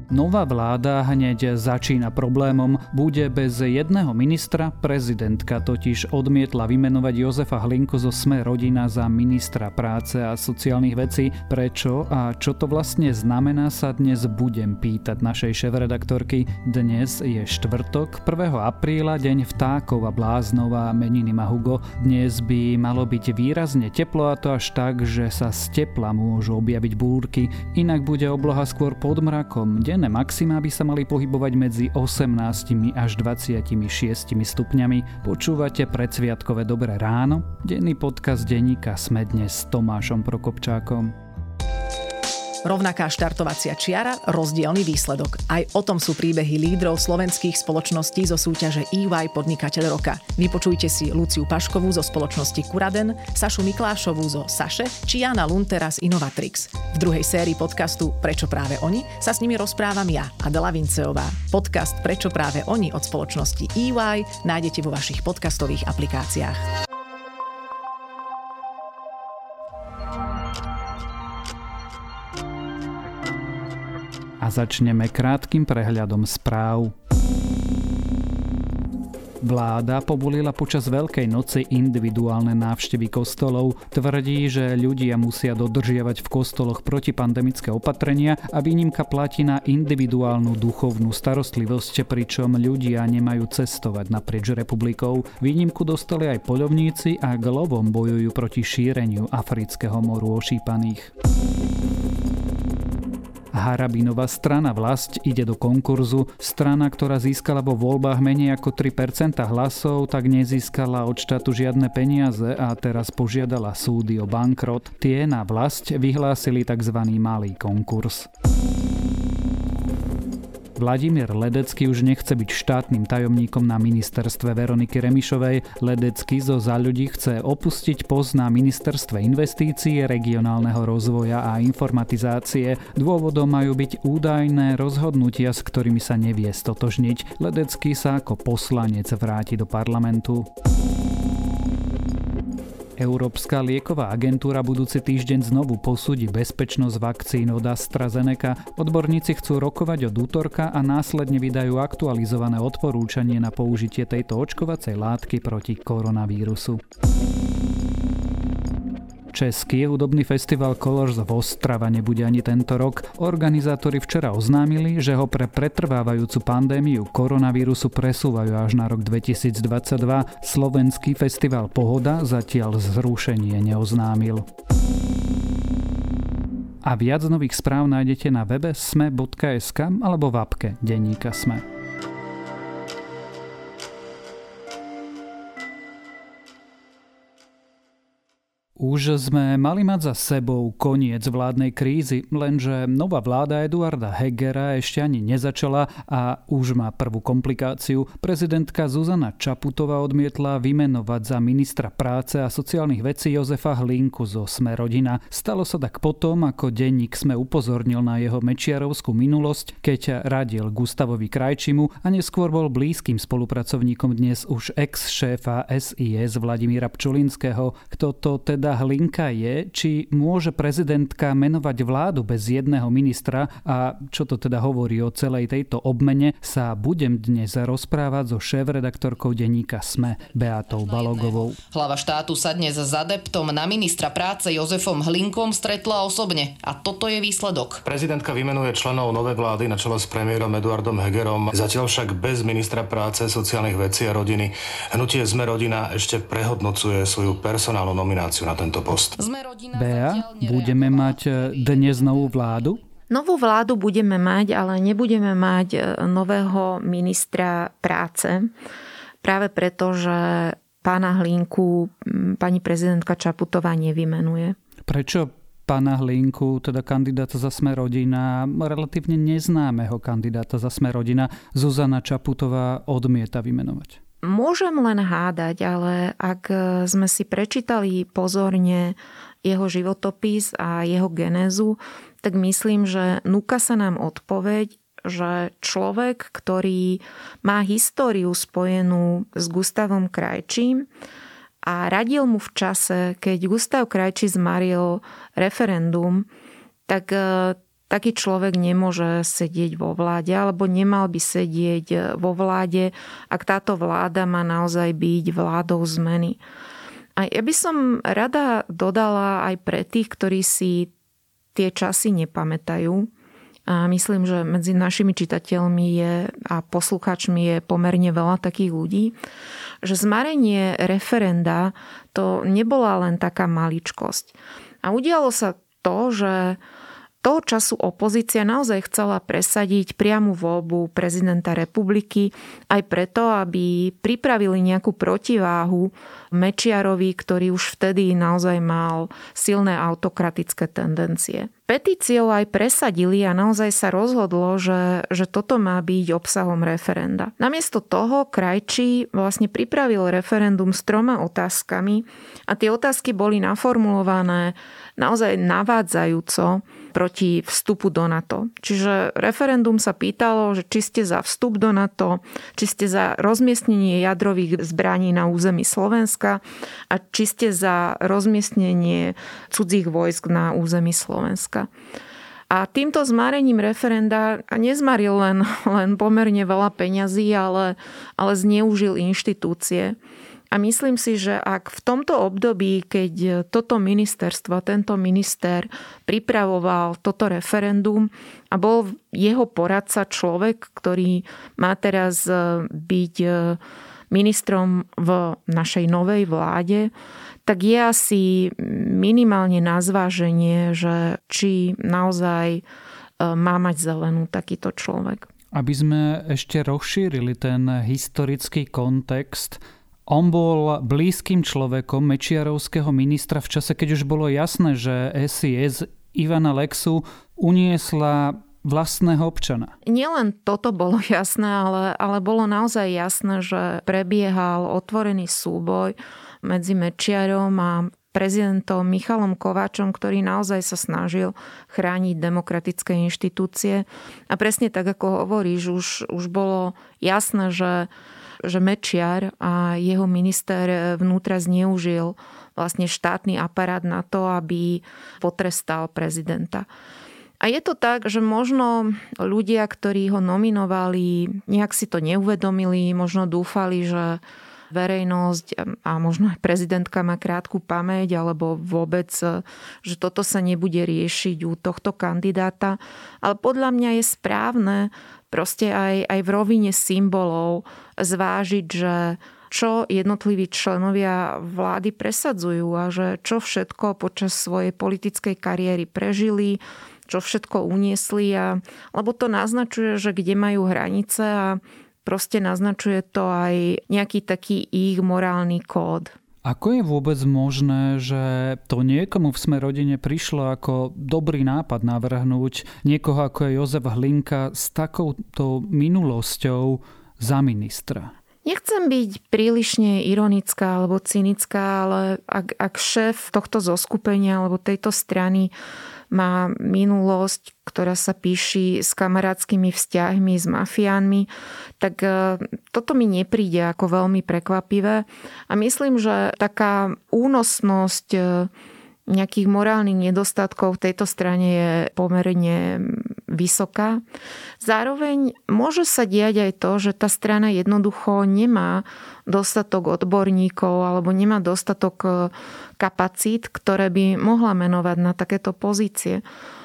Nová vláda hneď začína problémom. Bude bez jedného ministra. Prezidentka totiž odmietla vymenovať Jozefa Hlinku zo Sme rodina za ministra práce a sociálnych vecí. Prečo a čo to vlastne znamená, sa dnes budem pýtať našej šéfredaktorky. Dnes je štvrtok, 1. apríla, deň vtákov a bláznov a meniny má Hugo. Dnes by malo byť výrazne teplo, a to až tak, že sa z tepla môžu objaviť búrky. Inak bude obloha skôr pod mrakom. Denné maxima by sa mali pohybovať medzi 18 až 26 stupňami. Počúvate predsviatkové Dobré ráno? Denný podcast denníka Sme dnes s Tomášom Prokopčákom. Rovnaká štartovacia čiara, rozdielny výsledok. Aj o tom sú príbehy lídrov slovenských spoločností zo súťaže EY Podnikateľ roka. Vypočujte si Luciu Paškovú zo spoločnosti Kuraden, Sašu Miklášovú zo Saše či Jana Luntera z Innovatrix. V druhej sérii podcastu Prečo práve oni sa s nimi rozprávam ja, Adela Vinceová. Podcast Prečo práve oni od spoločnosti EY nájdete vo vašich podcastových aplikáciách. A začneme krátkym prehľadom správ. Vláda povolila počas Veľkej noci individuálne návštevy kostolov. Tvrdí, že ľudia musia dodržiavať v kostoloch protipandemické opatrenia a výnimka platí na individuálnu duchovnú starostlivosť, pričom ľudia nemajú cestovať naprieč republikou. Výnimku dostali aj poľovníci a lovom bojujú proti šíreniu afrického moru ošípaných. Harabinová strana Vlasť ide do konkurzu. Strana, ktorá získala vo voľbách menej ako 3% hlasov, tak nezískala od štátu žiadne peniaze a teraz požiadala súdy o bankrot. Tie na Vlasť vyhlásili tzv. Malý konkurs. Vladimír Ledecký už nechce byť štátnym tajomníkom na ministerstve Veroniky Remišovej. Ledecký zo Za ľudí chce opustiť post na ministerstve investícií, regionálneho rozvoja a informatizácie. Dôvodom majú byť údajné rozhodnutia, s ktorými sa nevie stotožniť. Ledecký sa ako poslanec vráti do parlamentu. Európska lieková agentúra budúci týždeň znovu posúdi bezpečnosť vakcín od AstraZeneca. Odborníci chcú rokovať od útorka a následne vydajú aktualizované odporúčanie na použitie tejto očkovacej látky proti koronavírusu. Český hudobný festival Colors v Ostrava nebude ani tento rok. Organizátori včera oznámili, že ho pre pretrvávajúcu pandémiu koronavírusu presúvajú až na rok 2022. Slovenský festival Pohoda zatiaľ zrušenie neoznámil. A viac nových správ nájdete na webe sme.sk alebo v appke denníka Sme. Už sme mali mať za sebou koniec vládnej krízy, lenže nová vláda Eduarda Hegera ešte ani nezačala a už má prvú komplikáciu. Prezidentka Zuzana Čaputová odmietla vymenovať za ministra práce a sociálnych vecí Jozefa Hlinku zo Sme rodina. Stalo sa tak potom, ako denník Sme upozornil na jeho mečiarovskú minulosť, keď radil Gustavovi Krajčimu a neskôr bol blízkym spolupracovníkom dnes už ex-šéfa SIS Vladimíra Pčolinského. Kto to teda Hlinka je, či môže prezidentka menovať vládu bez jedného ministra a čo to teda hovorí o celej tejto obmene, sa budem dnes rozprávať so šéfredaktorkou denníka Sme Beatou Balogovou. Hlava štátu sa dnes s adeptom na ministra práce Jozefom Hlinkom stretla osobne a toto je výsledok. Prezidentka vymenuje členov novej vlády na čele s premiérom Eduardom Hegerom, zatiaľ však bez ministra práce, sociálnych vecí a rodiny. Hnutie Sme rodina ešte prehodnocuje svoju personálnu nomináciu na tento post. Bea, budeme mať dnes novú vládu? Novú vládu budeme mať, ale nebudeme mať nového ministra práce. Práve preto, že pána Hlinku pani prezidentka Čaputová nevymenuje. Prečo pána Hlinku, teda kandidáta za Sme rodina, relatívne neznámeho kandidáta za Sme rodina, Zuzana Čaputová odmieta vymenovať? Môžem len hádať, ale ak sme si prečítali pozorne jeho životopis a jeho genézu, tak myslím, že núka sa nám odpoveď, že človek, ktorý má históriu spojenú s Gustavom Krajčím a radil mu v čase, keď Gustav Krajčí zmaril referendum, tak taký človek nemôže sedieť vo vláde alebo nemal by sedieť vo vláde, ak táto vláda má naozaj byť vládou zmeny. A ja by som rada dodala aj pre tých, ktorí si tie časy nepamätajú. A myslím, že medzi našimi čitateľmi a poslucháčmi je pomerne veľa takých ľudí, že zmarenie referenda to nebola len taká maličkosť. A udialo sa to, že toho času opozícia naozaj chcela presadiť priamu voľbu prezidenta republiky aj preto, aby pripravili nejakú protiváhu Mečiarovi, ktorý už vtedy naozaj mal silné autokratické tendencie. Petíciou aj presadili a naozaj sa rozhodlo, že toto má byť obsahom referenda. Namiesto toho Krajčí vlastne pripravil referendum s 3 otázkami a tie otázky boli naformulované naozaj navádzajúco proti vstupu do NATO. Čiže referendum sa pýtalo, že či ste za vstup do NATO, či ste za rozmiestnenie jadrových zbraní na území Slovenska a či ste za rozmiestnenie cudzích vojsk na území Slovenska. A týmto zmarením referenda nezmaril len pomerne veľa peňazí, ale zneužil inštitúcie. A myslím si, že ak v tomto období, keď toto ministerstvo, tento minister pripravoval toto referendum a bol jeho poradca človek, ktorý má teraz byť ministrom v našej novej vláde, tak je asi minimálne na zváženie, že či naozaj má mať zelenú takýto človek. Aby sme ešte rozšírili ten historický kontext, on bol blízkym človekom mečiarovského ministra v čase, keď už bolo jasné, že SIS Ivana Lexu uniesla vlastného občana. Nielen toto bolo jasné, ale bolo naozaj jasné, že prebiehal otvorený súboj medzi Mečiarom a prezidentom Michalom Kováčom, ktorý naozaj sa snažil chrániť demokratické inštitúcie. A presne tak, ako hovoríš, už bolo jasné, že Mečiar a jeho minister vnútra zneužil vlastne štátny aparát na to, aby potrestal prezidenta. A je to tak, že možno ľudia, ktorí ho nominovali, nejak si to neuvedomili, možno dúfali, že verejnosť a možno aj prezidentka má krátku pamäť, alebo vôbec, že toto sa nebude riešiť u tohto kandidáta. Ale podľa mňa je správne proste aj v rovine symbolov zvážiť, že čo jednotliví členovia vlády presadzujú a že čo všetko počas svojej politickej kariéry prežili, čo všetko uniesli, lebo to naznačuje, že kde majú hranice a proste naznačuje to aj nejaký taký ich morálny kód. Ako je vôbec možné, že to niekomu v Sme rodine prišlo ako dobrý nápad navrhnúť niekoho ako je Jozef Hlinka s takouto minulosťou za ministra? Nechcem byť prílišne ironická alebo cynická, ale ak šéf tohto zoskupenia alebo tejto strany má minulosť, ktorá sa píši s kamarátskymi vzťahmi, s mafiánmi, tak toto mi nepríde ako veľmi prekvapivé. A myslím, že taká únosnosť nejakých morálnych nedostatkov v tejto strane je pomerne vysoká. Zároveň môže sa diať aj to, že tá strana jednoducho nemá dostatok odborníkov alebo nemá dostatok kapacít, ktoré by mohla menovať na takéto pozície.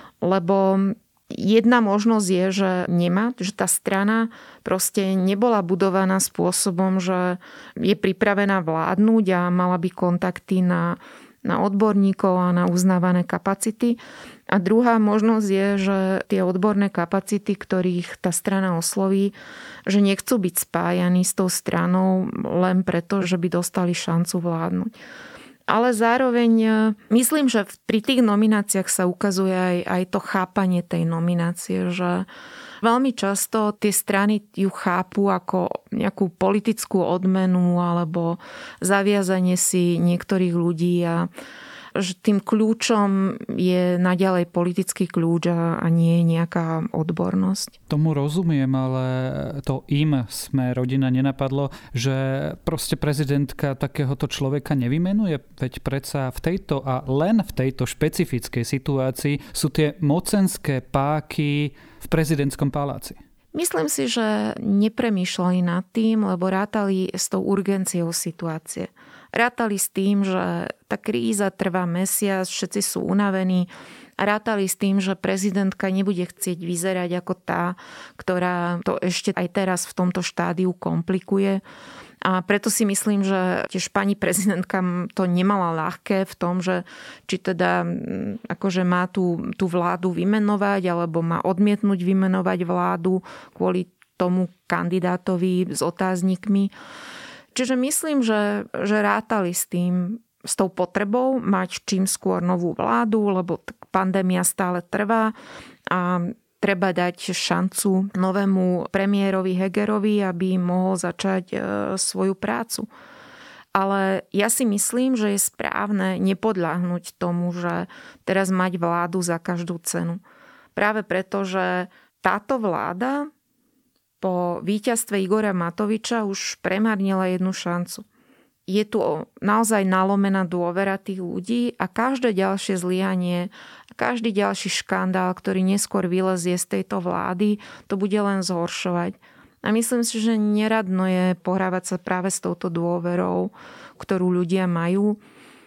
Lebo jedna možnosť je, že nemá, že tá strana proste nebola budovaná spôsobom, že je pripravená vládnuť a mala by kontakty na odborníkov a na uznávané kapacity. A druhá možnosť je, že tie odborné kapacity, ktorých tá strana osloví, že nechcú byť spájaní s tou stranou len preto, že by dostali šancu vládnuť. Ale zároveň myslím, že pri tých nomináciách sa ukazuje aj to chápanie tej nominácie, že veľmi často tie strany ju chápu ako nejakú politickú odmenu alebo zaviazanie si niektorých ľudí a že tým kľúčom je naďalej politický kľúč a nie nejaká odbornosť. Tomu rozumiem, ale to Sme rodina nenapadlo, že proste prezidentka takéhoto človeka nevymenuje, veď predsa v tejto a len v tejto špecifickej situácii sú tie mocenské páky v prezidentskom paláci. Myslím si, že nepremýšľali nad tým, lebo rátali s tou urgenciou situácie. Rátali s tým, že tá kríza trvá mesiac, všetci sú unavení a rátali s tým, že prezidentka nebude chcieť vyzerať ako tá, ktorá to ešte aj teraz v tomto štádiu komplikuje. A preto si myslím, že tiež pani prezidentka to nemala ľahké v tom, že či teda akože má tú vládu vymenovať alebo má odmietnúť vymenovať vládu kvôli tomu kandidátovi s otáznikmi. Čiže myslím, že rátali s tým, s tou potrebou mať čím skôr novú vládu, lebo pandémia stále trvá a treba dať šancu novému premiérovi Hegerovi, aby mohol začať svoju prácu. Ale ja si myslím, že je správne nepodľahnúť tomu, že teraz mať vládu za každú cenu. Práve preto, že táto vláda po víťazstve Igora Matoviča už premárnila jednu šancu. Je tu naozaj nalomená dôvera tých ľudí a každé ďalšie zlyhanie, každý ďalší škandál, ktorý neskôr vylezie z tejto vlády, to bude len zhoršovať. A myslím si, že neradno je pohrávať sa práve s touto dôverou, ktorú ľudia majú.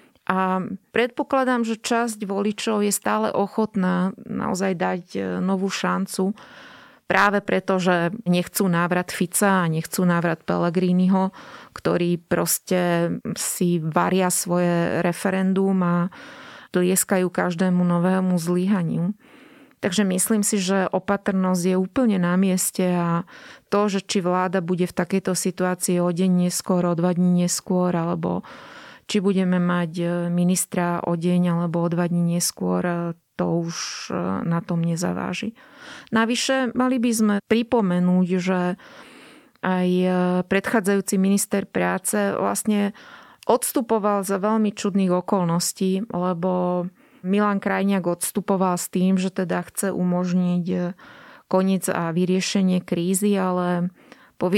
A predpokladám, že časť voličov je stále ochotná naozaj dať novú šancu, práve preto, že nechcú návrat Fica a nechcú návrat Pellegriniho, ktorí proste si varia svoje referendum a tlieskajú každému novému zlyhaniu. Takže myslím si, že opatrnosť je úplne na mieste a to, že či vláda bude v takejto situácii o deň neskôr, o 2 dní neskôr, alebo či budeme mať ministra o deň alebo o 2 dní neskôr, to už na tom nezaváži. Navyše mali by sme pripomenúť, že aj predchádzajúci minister práce vlastne odstupoval za veľmi čudných okolností, lebo Milan Krajniak odstupoval s tým, že teda chce umožniť koniec a vyriešenie krízy, ale po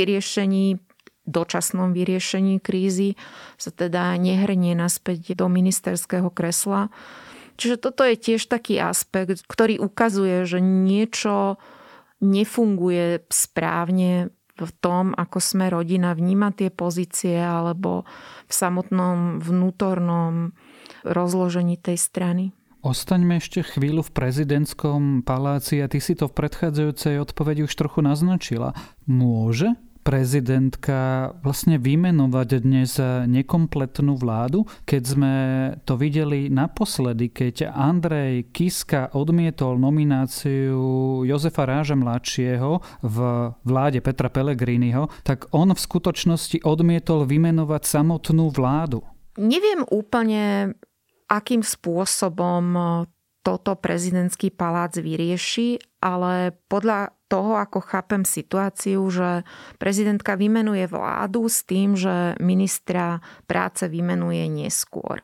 dočasnom vyriešení krízy sa teda nehrnie naspäť do ministerského kresla. Čiže toto je tiež taký aspekt, ktorý ukazuje, že niečo nefunguje správne v tom, ako Sme rodina vníma tie pozície alebo v samotnom vnútornom rozložení tej strany. Ostaňme ešte chvíľu v prezidentskom paláci a ty si to v predchádzajúcej odpovedi už trochu naznačila. Môže prezidentka vlastne vymenovať dnes nekompletnú vládu? Keď sme to videli naposledy, keď Andrej Kiska odmietol nomináciu Jozefa Ráža mladšieho v vláde Petra Pellegriniho, tak on v skutočnosti odmietol vymenovať samotnú vládu. Neviem úplne, akým spôsobom toto prezidentský palác vyrieši, ale podľa toho, ako chápem situáciu, že prezidentka vymenuje vládu s tým, že ministra práce vymenuje neskôr.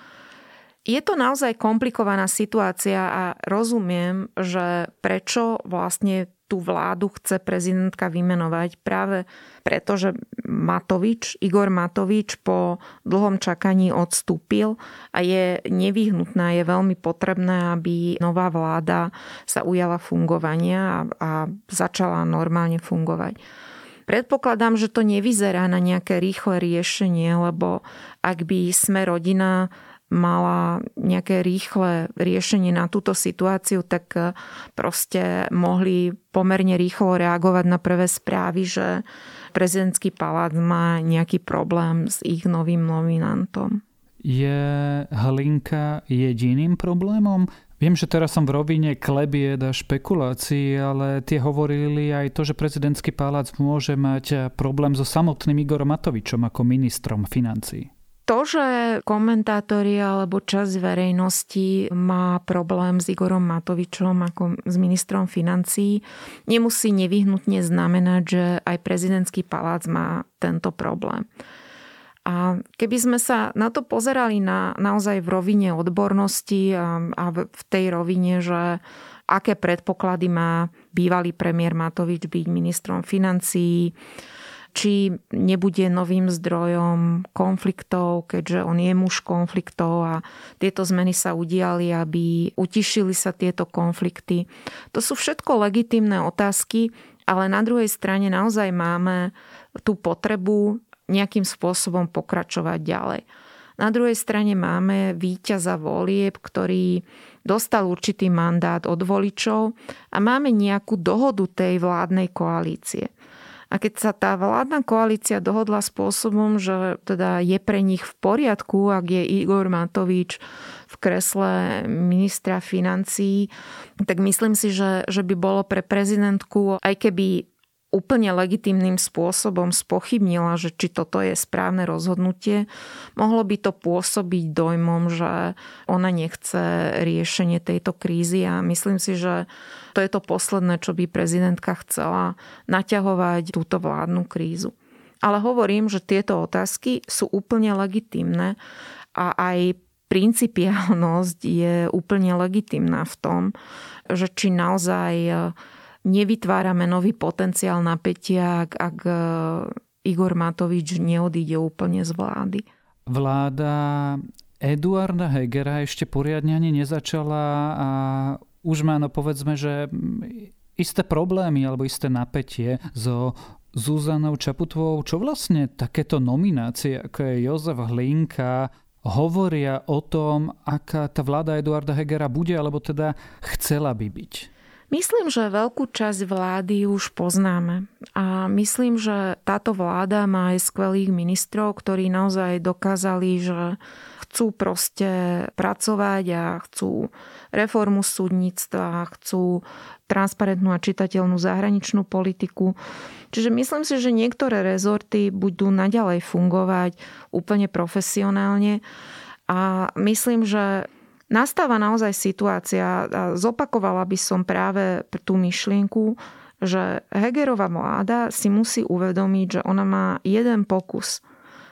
Je to naozaj komplikovaná situácia a rozumiem, že prečo vlastne tú vládu chce prezidentka vymenovať práve preto, že Igor Matovič po dlhom čakaní odstúpil a je nevyhnutné, je veľmi potrebné, aby nová vláda sa ujala fungovania a začala normálne fungovať. Predpokladám, že to nevyzerá na nejaké rýchle riešenie, lebo ak by Sme rodina mala nejaké rýchle riešenie na túto situáciu, tak proste mohli pomerne rýchlo reagovať na prvé správy, že prezidentský palác má nejaký problém s ich novým nominantom. Je Hlinka jediným problémom? Viem, že teraz som v rovine klebied a špekulácií, ale tie hovorili aj to, že prezidentský palác môže mať problém so samotným Igorom Matovičom ako ministrom financií. To, že komentátori alebo časť verejnosti má problém s Igorom Matovičom ako s ministrom financií, nemusí nevyhnutne znamenať, že aj prezidentský palác má tento problém. A keby sme sa na to pozerali naozaj v rovine odbornosti a v tej rovine, že aké predpoklady má bývalý premiér Matovič byť ministrom financií, či nebude novým zdrojom konfliktov, keďže on je muž konfliktov a tieto zmeny sa udiali, aby utišili sa tieto konflikty. To sú všetko legitímne otázky, ale na druhej strane naozaj máme tú potrebu nejakým spôsobom pokračovať ďalej. Na druhej strane máme víťaza volieb, ktorý dostal určitý mandát od voličov a máme nejakú dohodu tej vládnej koalície. A keď sa tá vládna koalícia dohodla spôsobom, že teda je pre nich v poriadku, ak je Igor Matovič v kresle ministra financií, tak myslím si, že by bolo pre prezidentku, aj keby úplne legitímnym spôsobom spochybnila, že či toto je správne rozhodnutie, mohlo by to pôsobiť dojmom, že ona nechce riešenie tejto krízy a myslím si, že to je to posledné, čo by prezidentka chcela, naťahovať túto vládnu krízu. Ale hovorím, že tieto otázky sú úplne legitímne a aj principiálnosť je úplne legitímna v tom, že či naozaj nevytvárame nový potenciál napätia, ak Igor Matovič neodíde úplne z vlády. Vláda Eduarda Hegera ešte poriadne ani nezačala a už má, povedzme, že isté problémy alebo isté napätie so Zuzanou Čaputovou. Čo vlastne takéto nominácie, ako je Jozef Hlinka, hovoria o tom, aká tá vláda Eduarda Hegera bude, alebo teda chcela by byť? Myslím, že veľkú časť vlády už poznáme a myslím, že táto vláda má aj skvelých ministrov, ktorí naozaj dokázali, že chcú proste pracovať a chcú reformu súdnictva, chcú transparentnú a čitateľnú zahraničnú politiku. Čiže myslím si, že niektoré rezorty budú naďalej fungovať úplne profesionálne a myslím, že nastáva naozaj situácia, a zopakovala by som práve tú myšlienku, že Hegerova vláda si musí uvedomiť, že ona má jeden pokus.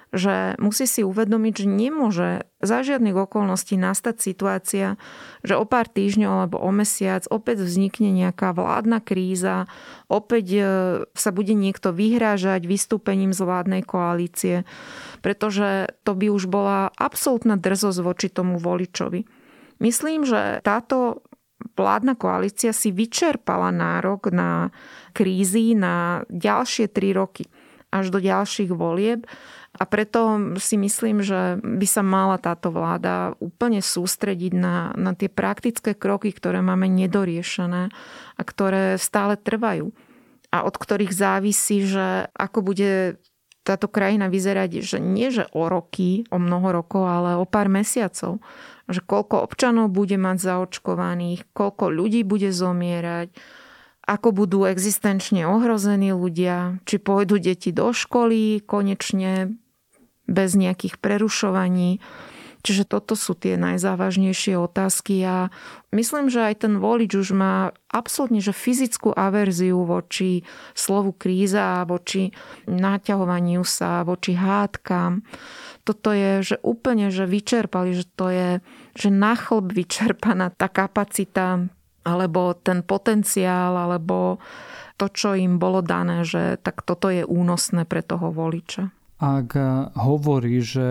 Že musí si uvedomiť, že nemôže za žiadnych okolností nastať situácia, že o pár týždňov alebo o mesiac opäť vznikne nejaká vládna kríza, opäť sa bude niekto vyhrážať vystúpením z vládnej koalície, pretože to by už bola absolútna drzosť voči tomu voličovi. Myslím, že táto vládna koalícia si vyčerpala nárok na krízy na ďalšie 3 roky, až do ďalších volieb. A preto si myslím, že by sa mala táto vláda úplne sústrediť na tie praktické kroky, ktoré máme nedoriešené a ktoré stále trvajú. A od ktorých závisí, že ako bude táto krajina vyzerať, že nie že o roky, o mnoho rokov, ale o pár mesiacov. Že koľko občanov bude mať zaočkovaných, koľko ľudí bude zomierať, ako budú existenčne ohrození ľudia, či pôjdu deti do školy konečne bez nejakých prerušovaní. Čiže toto sú tie najzávažnejšie otázky a myslím, že aj ten volič už má absolútne že fyzickú averziu voči slovu kríza, voči naťahovaniu sa, voči hádkam. Toto je, že úplne že vyčerpali, že to je že na chlb vyčerpaná tá kapacita alebo ten potenciál, alebo to, čo im bolo dané, že tak toto je únosné pre toho voliča. Ak hovorí, že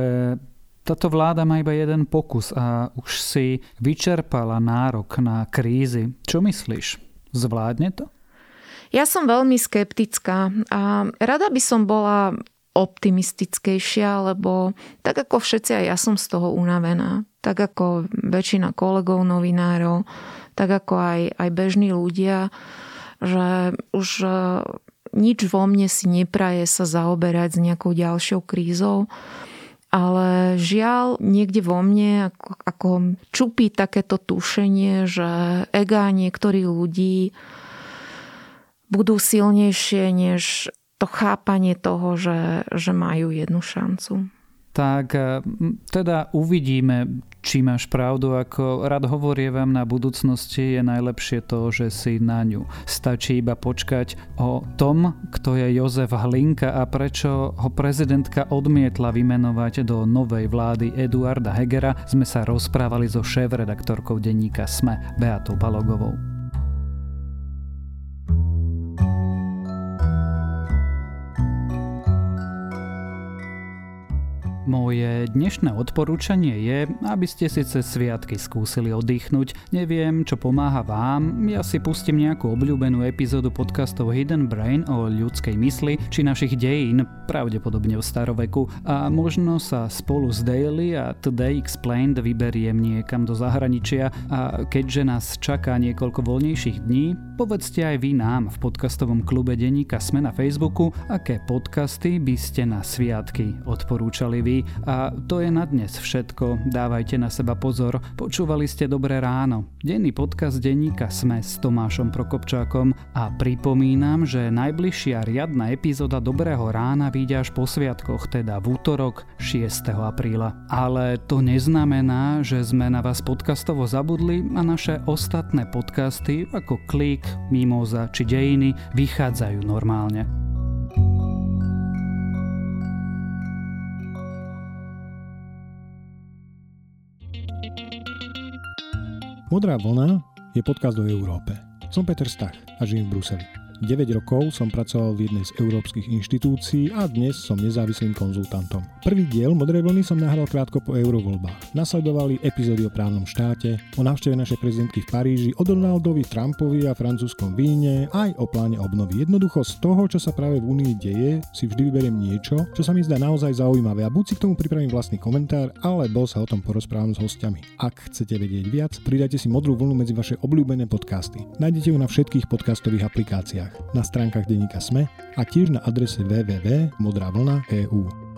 táto vláda má iba jeden pokus a už si vyčerpala nárok na krízy, čo myslíš? Zvládne to? Ja som veľmi skeptická a rada by som bola optimistickejšia, lebo tak ako všetci, aj ja som z toho unavená. Tak ako väčšina kolegov, novinárov, tak ako aj bežní ľudia, že už nič vo mne si nepraje sa zaoberať s nejakou ďalšou krízou, ale žiaľ niekde vo mne ako čupí takéto tušenie, že egá niektorých ľudí budú silnejšie než to chápanie toho, že majú jednu šancu. tak teda uvidíme, či máš pravdu. Ako rád hovorievam, na budúcnosti je najlepšie to, že si na ňu stačí iba počkať. O tom, kto je Jozef Hlinka a prečo ho prezidentka odmietla vymenovať do novej vlády Eduarda Hegera, sme sa rozprávali so šéfredaktorkou denníka SME Beatou Balogovou. Moje dnešné odporúčanie je, aby ste si cez sviatky skúsili oddychnúť. Neviem, čo pomáha vám, ja si pustím nejakú obľúbenú epizódu podcastov Hidden Brain o ľudskej mysli či našich dejín, pravdepodobne v staroveku, a možno sa spolu s Daily a Today Explained vyberiem niekam do zahraničia, a keďže nás čaká niekoľko voľnejších dní, povedzte aj vy nám v podcastovom klube denníka SME na Facebooku, aké podcasty by ste na sviatky odporúčali vy. A to je na dnes všetko. Dávajte na seba pozor. Počúvali ste Dobré ráno, denný podcast denníka SME s Tomášom Prokopčákom, a pripomínam, že najbližšia riadna epizóda Dobrého rána vyjde až po sviatkoch, teda v útorok 6. apríla. Ale to neznamená, že sme na vás podcastovo zabudli a naše ostatné podcasty ako Klik, Mimoza či Dejiny vychádzajú normálne. Modrá vlna je podcast o Európe. Som Peter Stach a žijem v Bruseli. 9 rokov som pracoval v jednej z európskych inštitúcií a dnes som nezávislým konzultantom. Prvý diel Modrej vlny som nahral krátko po eurovoľbách. Nasledovali epizódy o právnom štáte, o návšteve našej prezidentky v Paríži, o Donaldovi Trumpovi a francúzskom víne, aj o pláne obnovy. Jednoducho z toho, čo sa práve v Únii deje, si vždy vyberiem niečo, čo sa mi zdá naozaj zaujímavé, a buď si k tomu pripravím vlastný komentár, alebo sa o tom porozprávam s hostiami. Ak chcete vedieť viac, pridajte si Modrú vlnu medzi vaše obľúbené podcasty. Nájdete ju na všetkých podcastových aplikáciách, na stránkach denníka SME a tiež na adrese www.modravlna.eu.